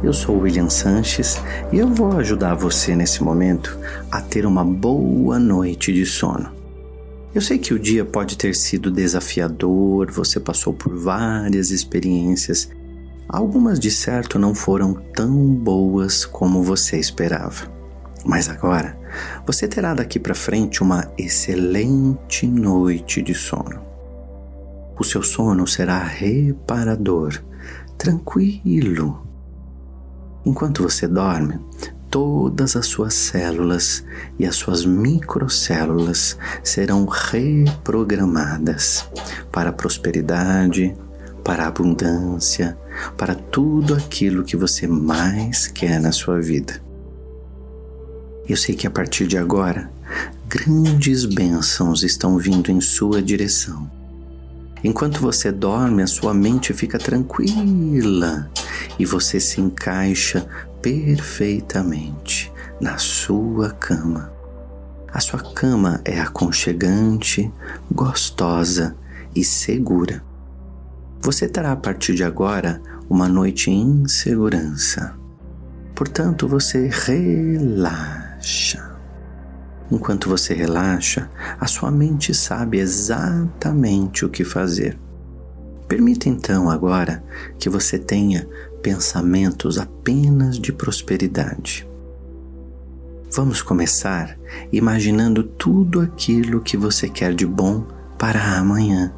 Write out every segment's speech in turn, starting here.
Eu sou o William Sanches e eu vou ajudar você nesse momento a ter uma boa noite de sono. Eu sei que o dia pode ter sido desafiador, você passou por várias experiências. Algumas de certo não foram tão boas como você esperava. Mas agora, você terá daqui para frente uma excelente noite de sono. O seu sono será reparador, tranquilo. Enquanto você dorme, todas as suas células e as suas microcélulas serão reprogramadas para a prosperidade, para a abundância, para tudo aquilo que você mais quer na sua vida. Eu sei que a partir de agora, grandes bênçãos estão vindo em sua direção. Enquanto você dorme, a sua mente fica tranquila e você se encaixa perfeitamente na sua cama. A sua cama é aconchegante, gostosa e segura. Você terá a partir de agora uma noite em segurança. Portanto, você relaxa. Enquanto você relaxa, a sua mente sabe exatamente o que fazer. Permita então agora que você tenha pensamentos apenas de prosperidade. Vamos começar imaginando tudo aquilo que você quer de bom para amanhã.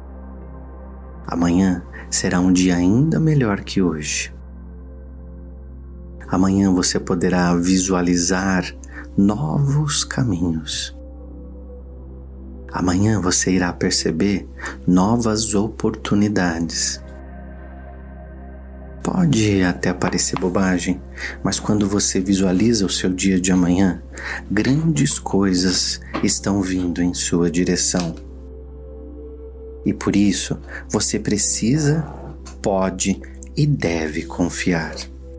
Amanhã será um dia ainda melhor que hoje. Amanhã você poderá visualizar novos caminhos. Amanhã você irá perceber novas oportunidades. Pode até parecer bobagem, mas quando você visualiza o seu dia de amanhã, grandes coisas estão vindo em sua direção. E por isso, você precisa, pode e deve confiar.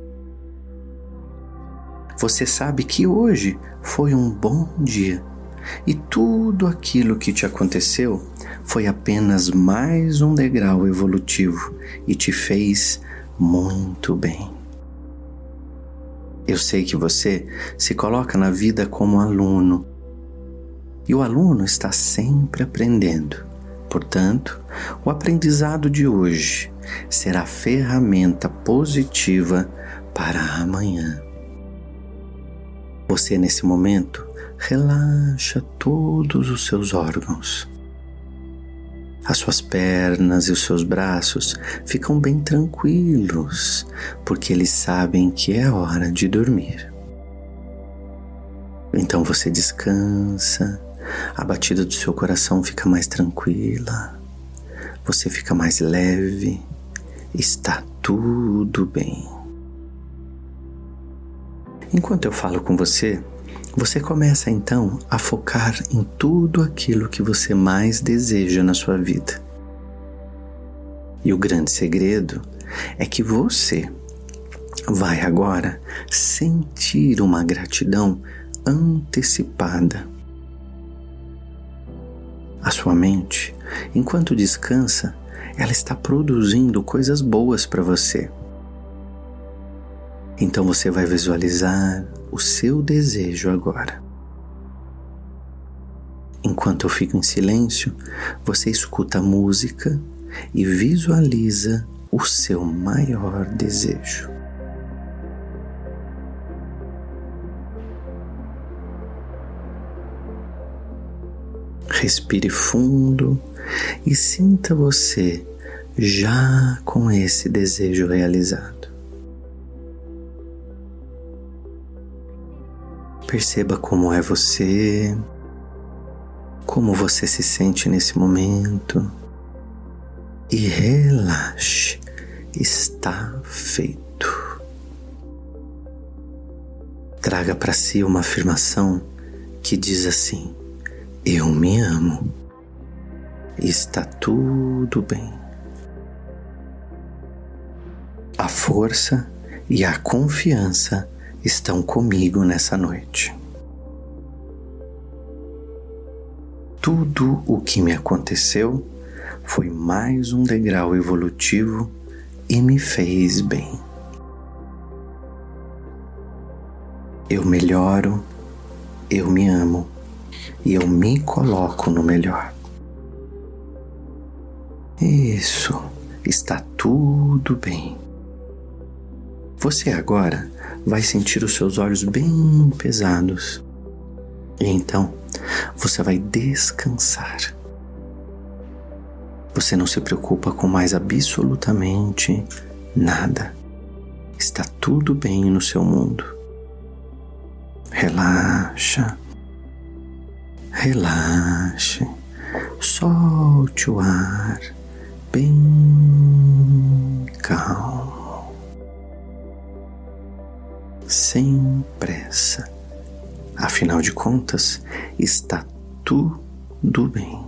Você sabe que hoje foi um bom dia e tudo aquilo que te aconteceu foi apenas mais um degrau evolutivo e te fez muito bem. Eu sei que você se coloca na vida como aluno e o aluno está sempre aprendendo. Portanto, o aprendizado de hoje será ferramenta positiva para amanhã. Você, nesse momento, relaxa todos os seus órgãos. As suas pernas e os seus braços ficam bem tranquilos, porque eles sabem que é hora de dormir. Então você descansa, a batida do seu coração fica mais tranquila, você fica mais leve, está tudo bem. Enquanto eu falo com você, você começa então a focar em tudo aquilo que você mais deseja na sua vida. E o grande segredo é que você vai agora sentir uma gratidão antecipada. A sua mente, enquanto descansa, ela está produzindo coisas boas para você. Então você vai visualizar o seu desejo agora. Enquanto eu fico em silêncio, você escuta a música e visualiza o seu maior desejo. Respire fundo e sinta você já com esse desejo realizado. Perceba como é você, como você se sente nesse momento e relaxe, está feito. Traga para si uma afirmação que diz assim: eu me amo, está tudo bem. A força e a confiança estão comigo nessa noite. Tudo o que me aconteceu foi mais um degrau evolutivo e me fez bem. Eu melhoro, eu me amo e eu me coloco no melhor. Isso, está tudo bem. Você agora vai sentir os seus olhos bem pesados. E então, você vai descansar. Você não se preocupa com mais absolutamente nada. Está tudo bem no seu mundo. Relaxa. Relaxe. Solte o ar bem calmo. Sem pressa. Afinal de contas, está tudo bem.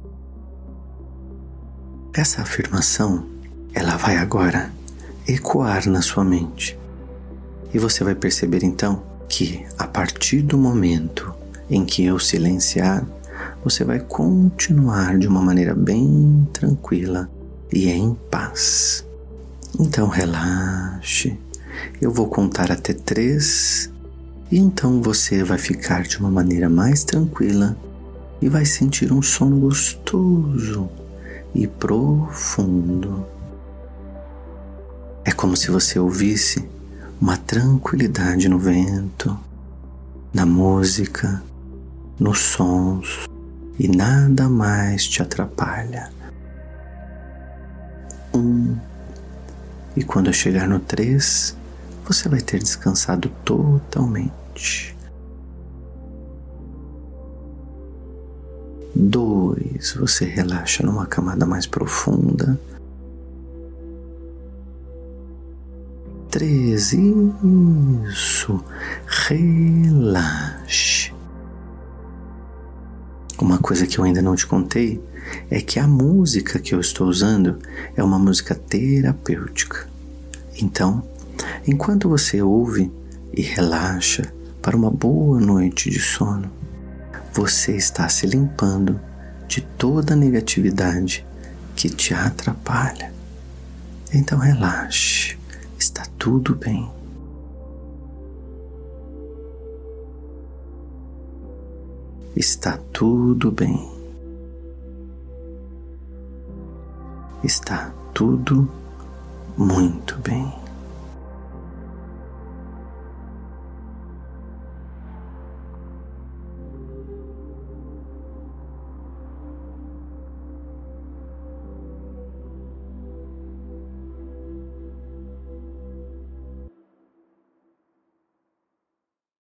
Essa afirmação, ela vai agora ecoar na sua mente. E você vai perceber então que a partir do momento em que eu silenciar, você vai continuar de uma maneira bem tranquila e em paz. Então relaxe, eu vou contar até 3 e então você vai ficar de uma maneira mais tranquila e vai sentir um sono gostoso e profundo. É como se você ouvisse uma tranquilidade no vento, na música, nos sons e nada mais te atrapalha. 1. E quando eu chegar no 3, você vai ter descansado totalmente. 2, você relaxa numa camada mais profunda. 3, isso, relaxe. Uma coisa que eu ainda não te contei é que a música que eu estou usando é uma música terapêutica. Então, enquanto você ouve e relaxa para uma boa noite de sono, você está se limpando de toda a negatividade que te atrapalha. Então relaxe, está tudo bem. Está tudo bem. Está tudo muito bem.